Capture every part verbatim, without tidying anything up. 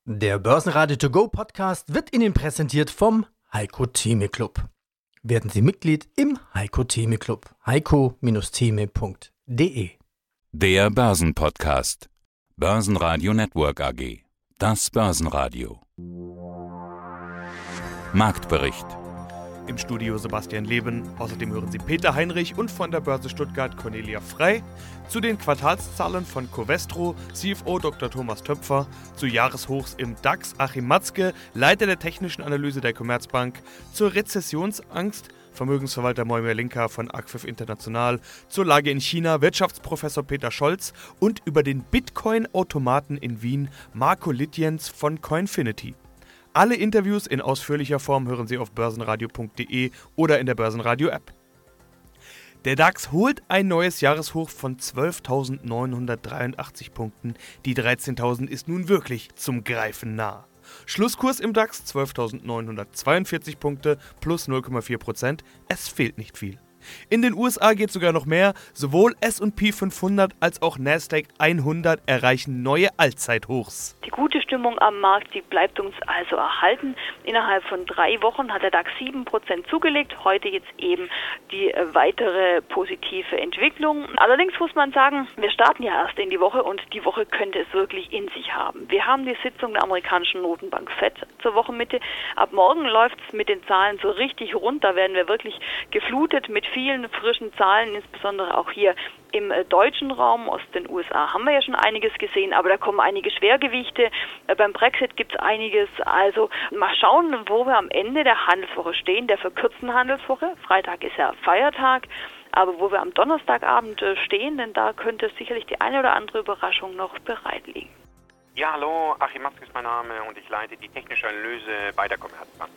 Der Börsenradio To Go Podcast wird Ihnen präsentiert vom Heiko Theme Club. Werden Sie Mitglied im Heiko Theme Club. heiko Theme punkt de. Der Börsenpodcast. Börsenradio Network A G. Das Börsenradio. Marktbericht. Im Studio Sebastian Leben. Außerdem hören Sie Peter Heinrich und von der Börse Stuttgart Cornelia Frey. Zu den Quartalszahlen von Covestro, C F O Doktor Thomas Töpfer. Zu Jahreshochs im DAX Achim Matzke, Leiter der technischen Analyse der Commerzbank. Zur Rezessionsangst Vermögensverwalter Moimir Linka von Arcviv International. Zur Lage in China Wirtschaftsprofessor Peter Scholz. Und über den Bitcoin-Automaten in Wien Marco Littjens von Coinfinity. Alle Interviews in ausführlicher Form hören Sie auf börsenradio punkt de oder in der Börsenradio-App. Der DAX holt ein neues Jahreshoch von zwölftausendneunhundertdreiundachtzig Punkten. Die dreizehntausend ist nun wirklich zum Greifen nah. Schlusskurs im DAX zwölftausendneunhundertzweiundvierzig Punkte plus null Komma vier Prozent. Es fehlt nicht viel. In den U S A geht sogar noch mehr. Sowohl S und P fünfhundert als auch Nasdaq hundert erreichen neue Allzeithochs. Die gute Stimmung am Markt, die bleibt uns also erhalten. Innerhalb von drei Wochen hat der DAX sieben Prozent zugelegt. Heute jetzt eben die äh, weitere positive Entwicklung. Allerdings muss man sagen, wir starten ja erst in die Woche und die Woche könnte es wirklich in sich haben. Wir haben die Sitzung der amerikanischen Notenbank Fed zur Wochenmitte. Ab morgen läuft es mit den Zahlen so richtig rund. Da werden wir wirklich geflutet mit vielen frischen Zahlen, insbesondere auch hier im äh, deutschen Raum. Aus den U S A haben wir ja schon einiges gesehen, aber da kommen einige Schwergewichte. Äh, beim Brexit gibt es einiges. Also mal schauen, wo wir am Ende der Handelswoche stehen, der verkürzten Handelswoche. Freitag ist ja Feiertag, aber wo wir am Donnerstagabend äh, stehen, denn da könnte sicherlich die eine oder andere Überraschung noch bereit liegen. Ja, hallo, Achim Matzke ist mein Name und ich leite die technische Analyse bei der Commerzbank.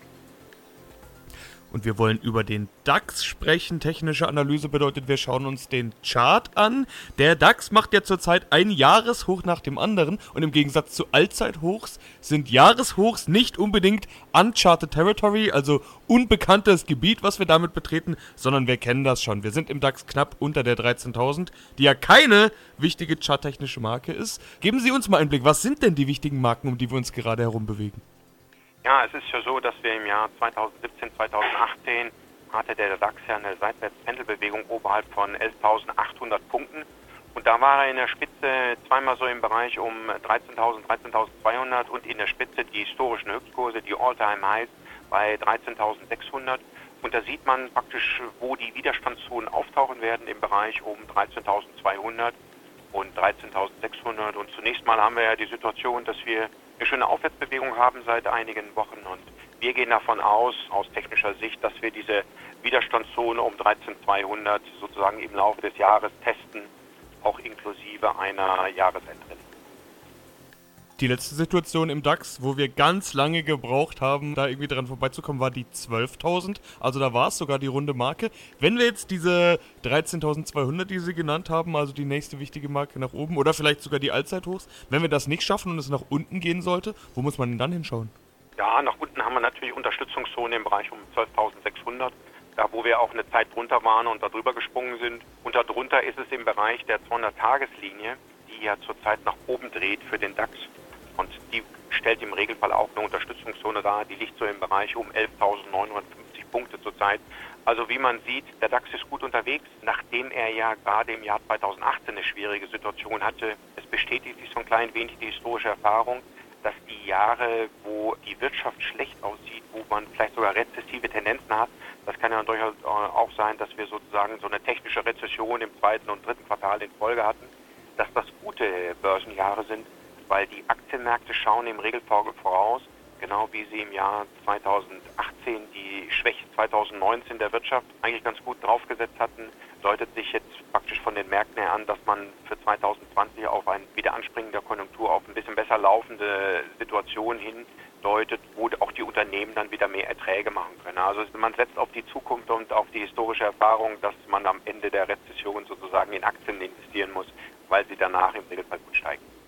Und wir wollen über den DAX sprechen. Technische Analyse bedeutet, wir schauen uns den Chart an. Der DAX macht ja zurzeit ein Jahreshoch nach dem anderen. Und im Gegensatz zu Allzeithochs sind Jahreshochs nicht unbedingt uncharted territory, also unbekanntes Gebiet, was wir damit betreten, sondern wir kennen das schon. Wir sind im DAX knapp unter der dreizehntausend, die ja keine wichtige charttechnische Marke ist. Geben Sie uns mal einen Blick, was sind denn die wichtigen Marken, um die wir uns gerade herum bewegen? Ja, es ist ja so, dass wir im Jahr zweitausendsiebzehn, zweitausendachtzehn hatte der DAX ja eine Seitwärtspendelbewegung oberhalb von elftausendachthundert Punkten. Und da war er in der Spitze zweimal so im Bereich um dreizehntausend, dreizehntausendzweihundert und in der Spitze die historischen Höchstkurse, die All-Time-Highs bei dreizehntausendsechshundert. Und da sieht man praktisch, wo die Widerstandszonen auftauchen werden im Bereich um dreizehntausendzweihundert und dreizehntausendsechshundert. Und zunächst mal haben wir ja die Situation, dass wir eine schöne Aufwärtsbewegung haben seit einigen Wochen und wir gehen davon aus, aus technischer Sicht, dass wir diese Widerstandszone um dreizehntausendzweihundert sozusagen im Laufe des Jahres testen, auch inklusive einer Jahresendrelle. Die letzte Situation im DAX, wo wir ganz lange gebraucht haben, da irgendwie dran vorbeizukommen, war die zwölftausend. Also da war es sogar die runde Marke. Wenn wir jetzt diese dreizehntausendzweihundert, die Sie genannt haben, also die nächste wichtige Marke nach oben oder vielleicht sogar die Allzeithochs, wenn wir das nicht schaffen und es nach unten gehen sollte, wo muss man denn dann hinschauen? Ja, nach unten haben wir natürlich Unterstützungszone im Bereich um zwölftausendsechshundert, da wo wir auch eine Zeit drunter waren und da drüber gesprungen sind. Und darunter ist es im Bereich der zweihundert-Tageslinie, die ja zurzeit nach oben dreht für den DAX. Und die stellt im Regelfall auch eine Unterstützungszone dar. Die liegt so im Bereich um elftausendneunhundertfünfzig Punkte zurzeit. Also wie man sieht, der DAX ist gut unterwegs, nachdem er ja gerade im Jahr zweitausendachtzehn eine schwierige Situation hatte. Es bestätigt sich so ein klein wenig die historische Erfahrung, dass die Jahre, wo die Wirtschaft schlecht aussieht, wo man vielleicht sogar rezessive Tendenzen hat, das kann ja durchaus auch sein, dass wir sozusagen so eine technische Rezession im zweiten und dritten Quartal in Folge hatten, dass das gute Börsenjahre sind, weil die Aktienmärkte schauen im Regelfall voraus, genau wie sie im Jahr zweitausendachtzehn die Schwäche zweitausendneunzehn der Wirtschaft eigentlich ganz gut draufgesetzt hatten, deutet sich jetzt praktisch von den Märkten her an, dass man für zweitausendzwanzig auf ein Wiederanspringen der Konjunktur, auf ein bisschen besser laufende Situation hindeutet, wo auch die Unternehmen dann wieder mehr Erträge machen können. Also man setzt auf die Zukunft und auf die historische Erfahrung, dass man am Ende der Rezession sozusagen in Aktien investieren muss, weil sie danach im Regelfall gut steigen.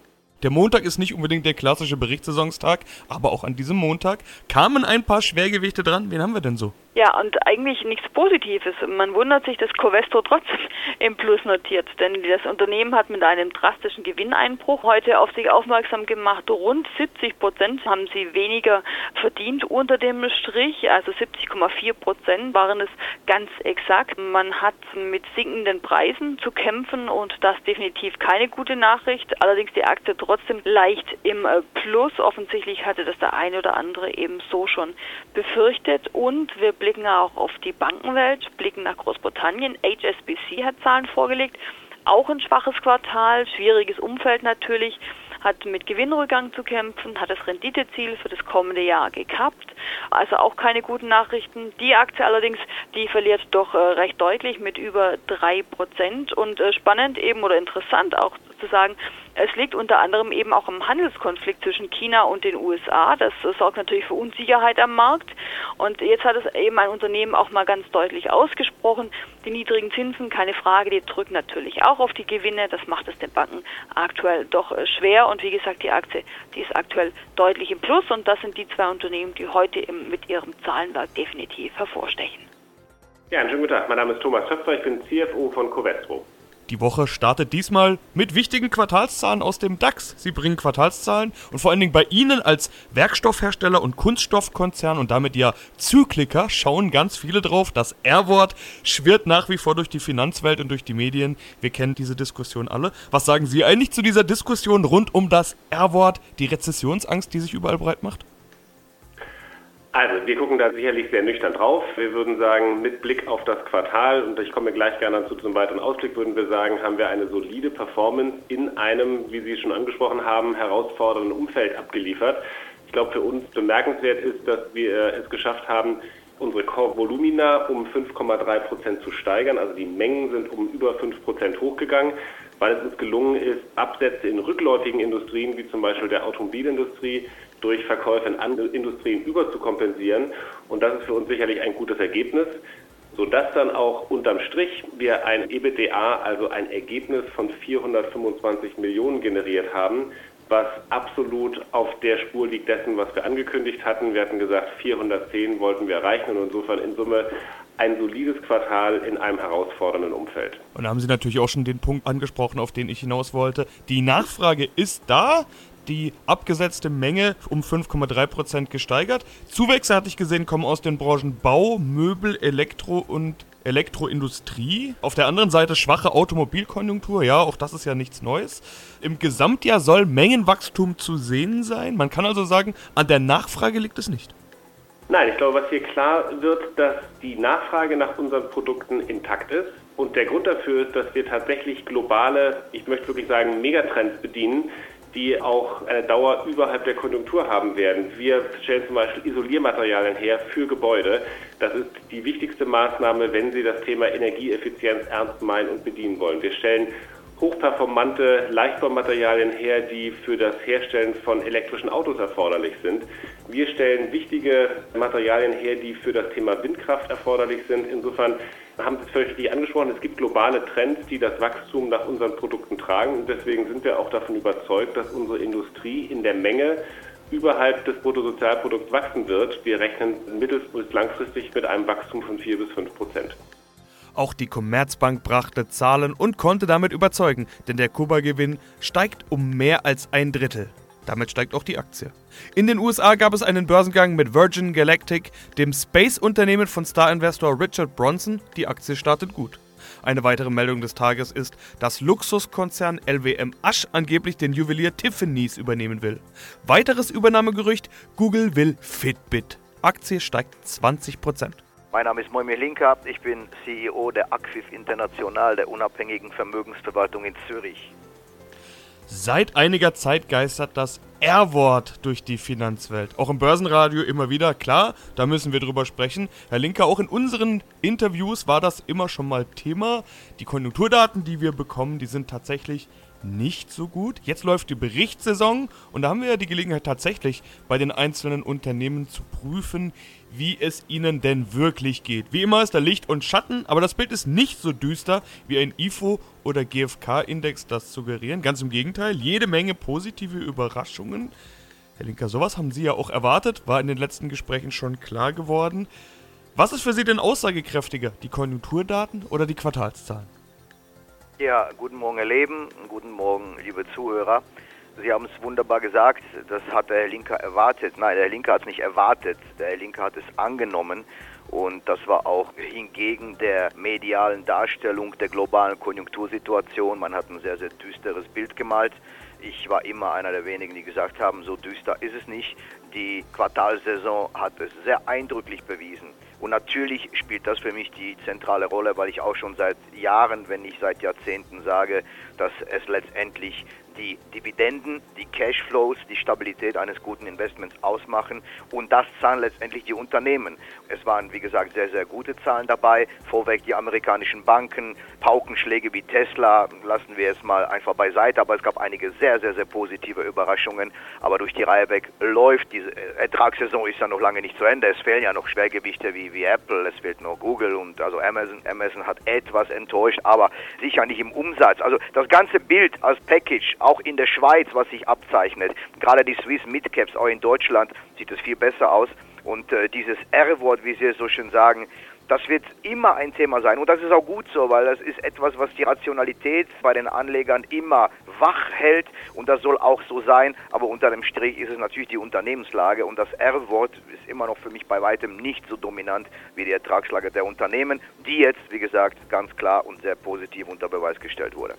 Der Montag ist nicht unbedingt der klassische Berichtssaisonstag, aber auch an diesem Montag kamen ein paar Schwergewichte dran. Wen haben wir denn so? Ja, und eigentlich nichts Positives. Man wundert sich, dass Covestro trotzdem im Plus notiert, denn das Unternehmen hat mit einem drastischen Gewinneinbruch heute auf sich aufmerksam gemacht. Rund siebzig Prozent haben sie weniger verdient unter dem Strich, also siebzig Komma vier Prozent waren es ganz exakt. Man hat mit sinkenden Preisen zu kämpfen und das definitiv keine gute Nachricht. Allerdings die Aktie trotzdem leicht im Plus. Offensichtlich hatte das der eine oder andere eben so schon befürchtet. Und wir blicken auch auf die Bankenwelt, blicken nach Großbritannien. H S B C hat Zahlen vorgelegt, auch ein schwaches Quartal, schwieriges Umfeld natürlich, hat mit Gewinnrückgang zu kämpfen, hat das Renditeziel für das kommende Jahr gekappt, also auch keine guten Nachrichten. Die Aktie allerdings, die verliert doch äh, recht deutlich mit über drei Prozent und äh, spannend eben oder interessant auch zu sagen, es liegt unter anderem eben auch am Handelskonflikt zwischen China und den U S A. Das äh, sorgt natürlich für Unsicherheit am Markt. Und jetzt hat es eben ein Unternehmen auch mal ganz deutlich ausgesprochen. Die niedrigen Zinsen, keine Frage, die drücken natürlich auch auf die Gewinne. Das macht es den Banken aktuell doch äh, schwer. Und wie gesagt, die Aktie, die ist aktuell deutlich im Plus. Und das sind die zwei Unternehmen, die heute eben mit ihrem Zahlenwerk definitiv hervorstechen. Ja, einen schönen guten Tag. Mein Name ist Thomas Töpfer, ich bin C F O von Covestro. Die Woche startet diesmal mit wichtigen Quartalszahlen aus dem DAX. Sie bringen Quartalszahlen und vor allen Dingen bei Ihnen als Werkstoffhersteller und Kunststoffkonzern und damit ja Zykliker schauen ganz viele drauf. Das R-Wort schwirrt nach wie vor durch die Finanzwelt und durch die Medien. Wir kennen diese Diskussion alle. Was sagen Sie eigentlich zu dieser Diskussion rund um das R-Wort, die Rezessionsangst, die sich überall breit macht? Also, wir gucken da sicherlich sehr nüchtern drauf. Wir würden sagen, mit Blick auf das Quartal, und ich komme gleich gerne dazu zum weiteren Ausblick, würden wir sagen, haben wir eine solide Performance in einem, wie Sie schon angesprochen haben, herausfordernden Umfeld abgeliefert. Ich glaube, für uns bemerkenswert ist, dass wir es geschafft haben, unsere Core-Volumina um fünf Komma drei Prozent zu steigern. Also die Mengen sind um über fünf Prozent hochgegangen, weil es uns gelungen ist, Absätze in rückläufigen Industrien, wie zum Beispiel der Automobilindustrie, durch Verkäufe in andere Industrien überzukompensieren. Und das ist für uns sicherlich ein gutes Ergebnis, sodass dann auch unterm Strich wir ein EBITDA, also ein Ergebnis von vierhundertfünfundzwanzig Millionen generiert haben, was absolut auf der Spur liegt dessen, was wir angekündigt hatten. Wir hatten gesagt, vierhundertzehn wollten wir erreichen und insofern in Summe ein solides Quartal in einem herausfordernden Umfeld. Und da haben Sie natürlich auch schon den Punkt angesprochen, auf den ich hinaus wollte. Die Nachfrage ist da. Die abgesetzte Menge um fünf Komma drei Prozent gesteigert. Zuwächse, hatte ich gesehen, kommen aus den Branchen Bau, Möbel, Elektro und Elektroindustrie. Auf der anderen Seite schwache Automobilkonjunktur, ja, auch das ist ja nichts Neues. Im Gesamtjahr soll Mengenwachstum zu sehen sein. Man kann also sagen, an der Nachfrage liegt es nicht. Nein, ich glaube, was hier klar wird, dass die Nachfrage nach unseren Produkten intakt ist. Und der Grund dafür ist, dass wir tatsächlich globale, ich möchte wirklich sagen, Megatrends bedienen, die auch eine Dauer überhalb der Konjunktur haben werden. Wir stellen zum Beispiel Isoliermaterialien her für Gebäude. Das ist die wichtigste Maßnahme, wenn Sie das Thema Energieeffizienz ernst meinen und bedienen wollen. Wir stellen hochperformante Leichtbaumaterialien her, die für das Herstellen von elektrischen Autos erforderlich sind. Wir stellen wichtige Materialien her, die für das Thema Windkraft erforderlich sind. Insofern haben Sie es völlig richtig angesprochen, es gibt globale Trends, die das Wachstum nach unseren Produkten tragen. Und deswegen sind wir auch davon überzeugt, dass unsere Industrie in der Menge überhalb des Bruttosozialprodukts wachsen wird. Wir rechnen mittel- bis langfristig mit einem Wachstum von vier bis fünf Prozent. Auch die Commerzbank brachte Zahlen und konnte damit überzeugen, denn der Kuba-Gewinn steigt um mehr als ein Drittel. Damit steigt auch die Aktie. In den U S A gab es einen Börsengang mit Virgin Galactic, dem Space-Unternehmen von Star-Investor Richard Branson. Die Aktie startet gut. Eine weitere Meldung des Tages ist, dass Luxuskonzern L W M Asch angeblich den Juwelier Tiffany's übernehmen will. Weiteres Übernahmegerücht, Google will Fitbit. Aktie steigt zwanzig Prozent. Mein Name ist Moimir Linka, ich bin C E O der Acquis International, der unabhängigen Vermögensverwaltung in Zürich. Seit einiger Zeit geistert das R-Wort durch die Finanzwelt. Auch im Börsenradio immer wieder, klar, da müssen wir drüber sprechen. Herr Linker, auch in unseren Interviews war das immer schon mal Thema. Die Konjunkturdaten, die wir bekommen, die sind tatsächlich nicht so gut. Jetzt läuft die Berichtssaison und da haben wir ja die Gelegenheit tatsächlich bei den einzelnen Unternehmen zu prüfen, wie es ihnen denn wirklich geht. Wie immer ist da Licht und Schatten, aber das Bild ist nicht so düster, wie ein I F O oder G F K-Index das suggerieren. Ganz im Gegenteil, jede Menge positive Überraschungen. Herr Linker, sowas haben Sie ja auch erwartet, war in den letzten Gesprächen schon klar geworden. Was ist für Sie denn aussagekräftiger, die Konjunkturdaten oder die Quartalszahlen? Ja, guten Morgen, Herr Leben, guten Morgen, liebe Zuhörer. Sie haben es wunderbar gesagt, das hat der Herr Linker erwartet. Nein, der Herr Linker hat es nicht erwartet, der Herr Linker hat es angenommen. Und das war auch hingegen der medialen Darstellung der globalen Konjunktursituation. Man hat ein sehr, sehr düsteres Bild gemalt. Ich war immer einer der wenigen, die gesagt haben, so düster ist es nicht. Die Quartalsaison hat es sehr eindrücklich bewiesen. Und natürlich spielt das für mich die zentrale Rolle, weil ich auch schon seit Jahren, wenn nicht seit Jahrzehnten sage, dass es letztendlich die Dividenden, die Cashflows, die Stabilität eines guten Investments ausmachen und das zahlen letztendlich die Unternehmen. Es waren, wie gesagt, sehr, sehr gute Zahlen dabei. Vorweg die amerikanischen Banken, Paukenschläge wie Tesla, lassen wir es mal einfach beiseite, aber es gab einige sehr, sehr, sehr positive Überraschungen. Aber durch die Reihe weg läuft diese Ertragssaison, ist ja noch lange nicht zu Ende. Es fehlen ja noch Schwergewichte wie, wie Apple, es fehlt noch Google und also Amazon. Amazon hat etwas enttäuscht, aber sicher nicht im Umsatz. Also das ganze Bild als Package, auch in der Schweiz, was sich abzeichnet, gerade die Swiss Midcaps, auch in Deutschland sieht es viel besser aus. Und äh, dieses R-Wort, wie Sie es so schön sagen, das wird immer ein Thema sein. Und das ist auch gut so, weil das ist etwas, was die Rationalität bei den Anlegern immer wach hält. Und das soll auch so sein. Aber unter dem Strich ist es natürlich die Unternehmenslage. Und das R-Wort ist immer noch für mich bei weitem nicht so dominant wie die Ertragslage der Unternehmen, die jetzt, wie gesagt, ganz klar und sehr positiv unter Beweis gestellt wurde.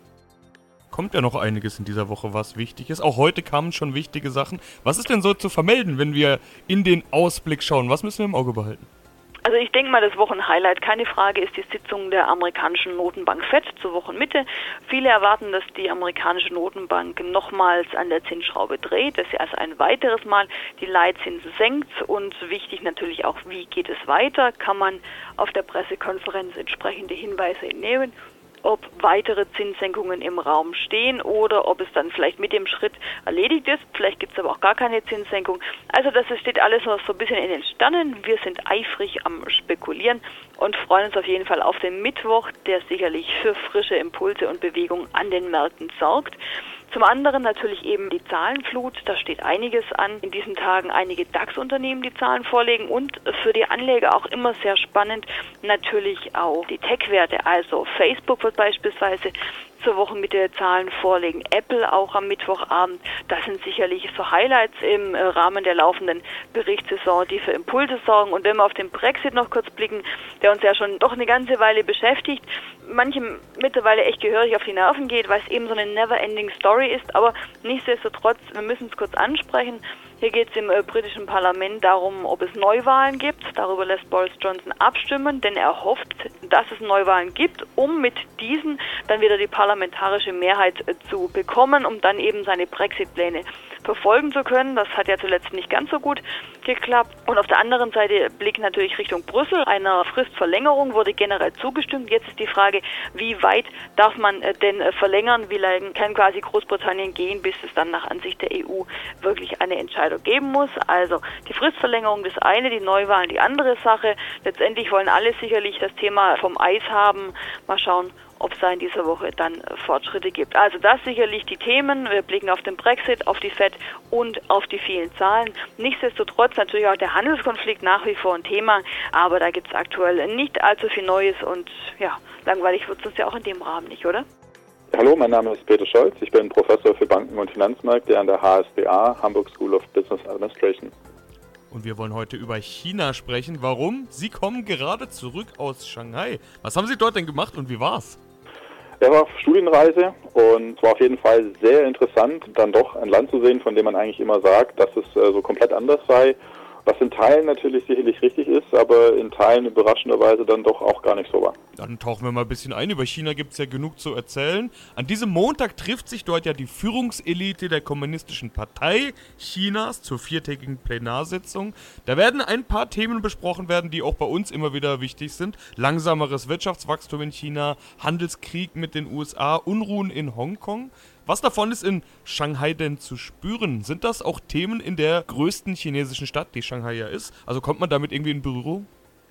Kommt ja noch einiges in dieser Woche, was wichtig ist. Auch heute kamen schon wichtige Sachen. Was ist denn so zu vermelden, wenn wir in den Ausblick schauen? Was müssen wir im Auge behalten? Also ich denke mal, das Wochenhighlight, keine Frage, ist die Sitzung der amerikanischen Notenbank Fed zur Wochenmitte. Viele erwarten, dass die amerikanische Notenbank nochmals an der Zinsschraube dreht, dass sie also ein weiteres Mal die Leitzinsen senkt. Und wichtig natürlich auch, wie geht es weiter? Kann man auf der Pressekonferenz entsprechende Hinweise entnehmen, ob weitere Zinssenkungen im Raum stehen oder ob es dann vielleicht mit dem Schritt erledigt ist. Vielleicht gibt es aber auch gar keine Zinssenkung. Also das steht alles noch so ein bisschen in den Sternen. Wir sind eifrig am Spekulieren und freuen uns auf jeden Fall auf den Mittwoch, der sicherlich für frische Impulse und Bewegung an den Märkten sorgt. Zum anderen natürlich eben die Zahlenflut, da steht einiges an. In diesen Tagen einige DAX-Unternehmen, die Zahlen vorlegen und für die Anleger auch immer sehr spannend natürlich auch die Tech-Werte. Also Facebook wird beispielsweise zur Wochenmitte Zahlen vorlegen, Apple auch am Mittwochabend. Das sind sicherlich so Highlights im Rahmen der laufenden Berichtssaison, die für Impulse sorgen. Und wenn wir auf den Brexit noch kurz blicken, der uns ja schon doch eine ganze Weile beschäftigt, manchem mittlerweile echt gehörig auf die Nerven geht, weil es eben so eine never-ending Story ist. Aber nichtsdestotrotz, wir müssen es kurz ansprechen. Hier geht es im äh, britischen Parlament darum, ob es Neuwahlen gibt. Darüber lässt Boris Johnson abstimmen, denn er hofft, dass es Neuwahlen gibt, um mit diesen dann wieder die parlamentarische Mehrheit äh, zu bekommen, um dann eben seine Brexit-Pläne verfolgen zu können. Das hat ja zuletzt nicht ganz so gut geklappt. Und auf der anderen Seite Blick natürlich Richtung Brüssel. Einer Fristverlängerung wurde generell zugestimmt. Jetzt ist die Frage, wie weit darf man äh, denn äh, verlängern? Wie lange kann quasi Großbritannien gehen, bis es dann nach Ansicht der E U wirklich eine Entscheidung geben muss. Also die Fristverlängerung das eine, die Neuwahlen die andere Sache. Letztendlich wollen alle sicherlich das Thema vom Eis haben. Mal schauen, ob es da in dieser Woche dann Fortschritte gibt. Also das sicherlich die Themen. Wir blicken auf den Brexit, auf die Fed und auf die vielen Zahlen. Nichtsdestotrotz natürlich auch der Handelskonflikt nach wie vor ein Thema, aber da gibt es aktuell nicht allzu viel Neues und ja, langweilig wird es uns ja auch in dem Rahmen nicht, oder? Hallo, mein Name ist Peter Scholz. Ich bin Professor für Banken und Finanzmärkte an der H S B A, Hamburg School of Business Administration. Und wir wollen heute über China sprechen. Warum? Sie kommen gerade zurück aus Shanghai. Was haben Sie dort denn gemacht und wie war's? Ja, war auf Studienreise und es war auf jeden Fall sehr interessant, dann doch ein Land zu sehen, von dem man eigentlich immer sagt, dass es äh, so komplett anders sei. Was in Teilen natürlich sicherlich richtig ist, aber in Teilen überraschenderweise dann doch auch gar nicht so war. Dann tauchen wir mal ein bisschen ein. Über China gibt es ja genug zu erzählen. An diesem Montag trifft sich dort ja die Führungselite der Kommunistischen Partei Chinas zur viertägigen Plenarsitzung. Da werden ein paar Themen besprochen werden, die auch bei uns immer wieder wichtig sind. Langsameres Wirtschaftswachstum in China, Handelskrieg mit den U S A, Unruhen in Hongkong. Was davon ist in Shanghai denn zu spüren? Sind das auch Themen in der größten chinesischen Stadt, die Shanghai ja ist? Also kommt man damit irgendwie in Berührung?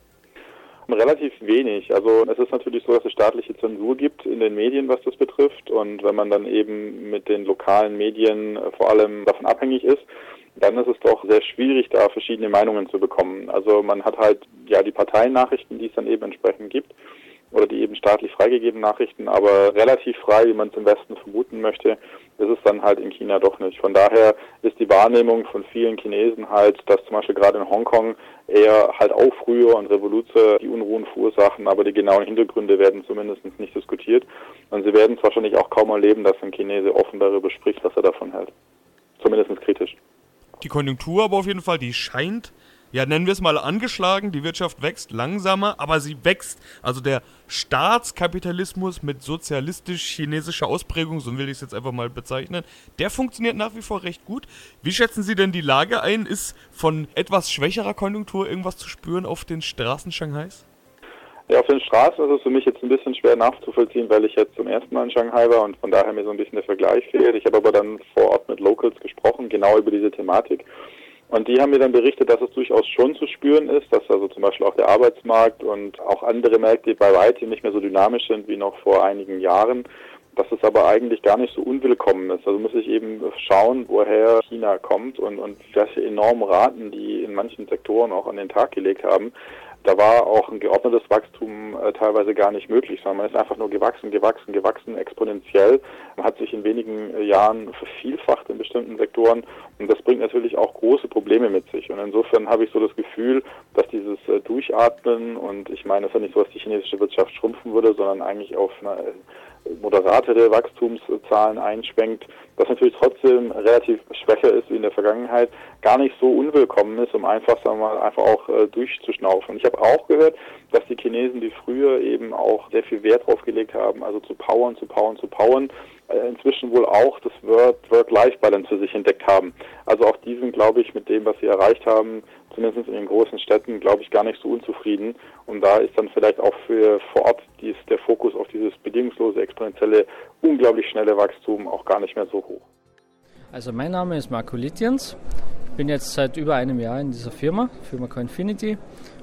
Relativ wenig. Also es ist natürlich so, dass es staatliche Zensur gibt in den Medien, was das betrifft. Und wenn man dann eben mit den lokalen Medien vor allem davon abhängig ist, dann ist es doch sehr schwierig, da verschiedene Meinungen zu bekommen. Also man hat halt ja die Parteiennachrichten, die es dann eben entsprechend gibt, oder die eben staatlich freigegebenen Nachrichten, aber relativ frei, wie man es im Westen vermuten möchte, ist es dann halt in China doch nicht. Von daher ist die Wahrnehmung von vielen Chinesen halt, dass zum Beispiel gerade in Hongkong eher halt Aufrührer und Revoluzer die Unruhen verursachen, aber die genauen Hintergründe werden zumindest nicht diskutiert. Und sie werden es wahrscheinlich auch kaum erleben, dass ein Chinese offen darüber spricht, was er davon hält. Zumindest kritisch. Die Konjunktur aber auf jeden Fall, die scheint, ja, nennen wir es mal angeschlagen, die Wirtschaft wächst langsamer, aber sie wächst. Also der Staatskapitalismus mit sozialistisch-chinesischer Ausprägung, so will ich es jetzt einfach mal bezeichnen, der funktioniert nach wie vor recht gut. Wie schätzen Sie denn die Lage ein? Ist von etwas schwächerer Konjunktur irgendwas zu spüren auf den Straßen Shanghais? Ja, auf den Straßen ist es für mich jetzt ein bisschen schwer nachzuvollziehen, weil ich jetzt zum ersten Mal in Shanghai war und von daher mir so ein bisschen der Vergleich fehlt. Ich habe aber dann vor Ort mit Locals gesprochen, genau über diese Thematik. Und die haben mir dann berichtet, dass es durchaus schon zu spüren ist, dass also zum Beispiel auch der Arbeitsmarkt und auch andere Märkte bei weitem nicht mehr so dynamisch sind wie noch vor einigen Jahren, dass es aber eigentlich gar nicht so unwillkommen ist. Also muss ich eben schauen, woher China kommt und, und welche enormen Raten die in manchen Sektoren auch an den Tag gelegt haben. Da war auch ein geordnetes Wachstum äh, teilweise gar nicht möglich, sondern man ist einfach nur gewachsen, gewachsen, gewachsen, exponentiell. Man hat sich in wenigen äh, Jahren vervielfacht in bestimmten Sektoren und das bringt natürlich auch große Probleme mit sich. Und insofern habe ich so das Gefühl, dass dieses äh, Durchatmen, und ich meine, es ist ja nicht so, dass die chinesische Wirtschaft schrumpfen würde, sondern eigentlich auf eine äh, moderatere Wachstumszahlen einschwenkt, das natürlich trotzdem relativ schwächer ist wie in der Vergangenheit, gar nicht so unwillkommen ist, um einfach, sagen wir mal, einfach auch äh, durchzuschnaufen. Ich habe auch gehört, dass die Chinesen, die früher eben auch sehr viel Wert drauf gelegt haben, also zu powern, zu powern, zu powern, äh, inzwischen wohl auch das Work-Life-Balance für sich entdeckt haben. Also auch die sind, glaube ich, mit dem, was sie erreicht haben, zumindest in den großen Städten, glaube ich, gar nicht so unzufrieden. Und da ist dann vielleicht auch für vor Ort dies, der Fokus auf dieses bedingungslose, exponentielle, unglaublich schnelle Wachstum auch gar nicht mehr so hoch. Also mein Name ist Marco Litjens. Ich bin jetzt seit über einem Jahr in dieser Firma, Firma Coinfinity,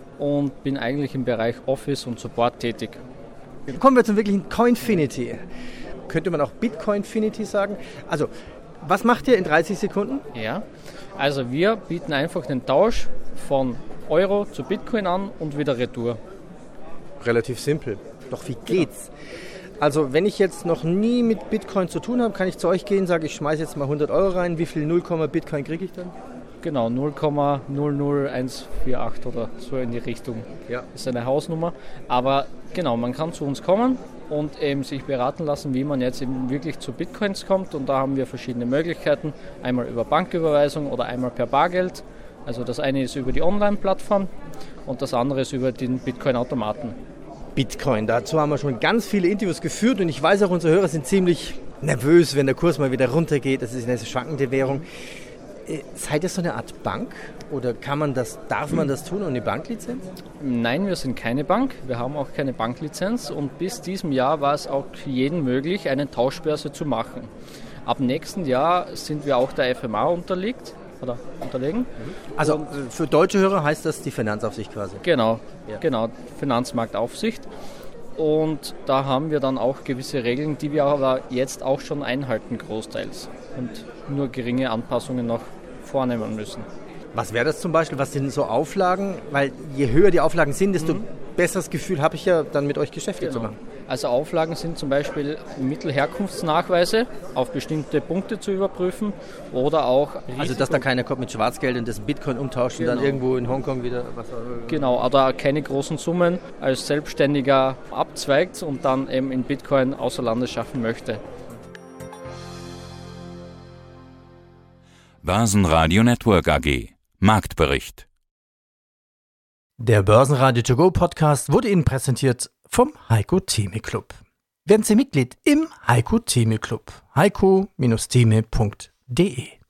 und bin eigentlich im Bereich Office und Support tätig. Kommen wir zum wirklichen Coinfinity. Könnte man auch Bitcoinfinity sagen? Also, was macht ihr in dreißig Sekunden? Ja, also wir bieten einfach den Tausch von Euro zu Bitcoin an und wieder retour. Relativ simpel. Doch wie geht's? Also wenn ich jetzt noch nie mit Bitcoin zu tun habe, kann ich zu euch gehen, sage ich, schmeiße jetzt mal hundert Euro rein. Wie viel null, Bitcoin kriege ich dann? Genau, null Komma null null eins vier acht oder so in die Richtung. Ja. Das ist eine Hausnummer. Aber genau, man kann zu uns kommen und eben sich beraten lassen, wie man jetzt eben wirklich zu Bitcoins kommt. Und da haben wir verschiedene Möglichkeiten. Einmal über Banküberweisung oder einmal per Bargeld. Also das eine ist über die Online-Plattform und das andere ist über den Bitcoin-Automaten. Bitcoin, dazu haben wir schon ganz viele Interviews geführt und ich weiß auch, unsere Hörer sind ziemlich nervös, wenn der Kurs mal wieder runtergeht. Das ist eine schwankende Währung. Seid ihr so eine Art Bank oder kann man das, darf man das tun ohne Banklizenz? Nein, wir sind keine Bank, wir haben auch keine Banklizenz und bis diesem Jahr war es auch jedem möglich, eine Tauschbörse zu machen. Ab nächsten Jahr sind wir auch der F M A unterliegt oder unterlegen. Also und für deutsche Hörer heißt das die Finanzaufsicht quasi? Genau, ja. Genau, Finanzmarktaufsicht. Und da haben wir dann auch gewisse Regeln, die wir aber jetzt auch schon einhalten, großteils. Und nur geringe Anpassungen noch vornehmen müssen. Was wäre das zum Beispiel? Was sind so Auflagen? Weil je höher die Auflagen sind, desto mhm. besseres Gefühl habe ich ja, dann mit euch Geschäfte genau. zu machen. Also Auflagen sind zum Beispiel Mittelherkunftsnachweise auf bestimmte Punkte zu überprüfen oder auch Risiko. Also dass da keiner kommt mit Schwarzgeld und das Bitcoin umtauscht genau. und dann irgendwo in Hongkong wieder was. Genau, oder keine großen Summen als Selbstständiger abzweigt und dann eben in Bitcoin außer Landes schaffen möchte. Börsenradio Network A G Marktbericht Der Börsenradio To Go Podcast wurde Ihnen präsentiert vom Heiko Theme Club. Werden Sie Mitglied im Heiko Theme Club. heiko Theme punkt de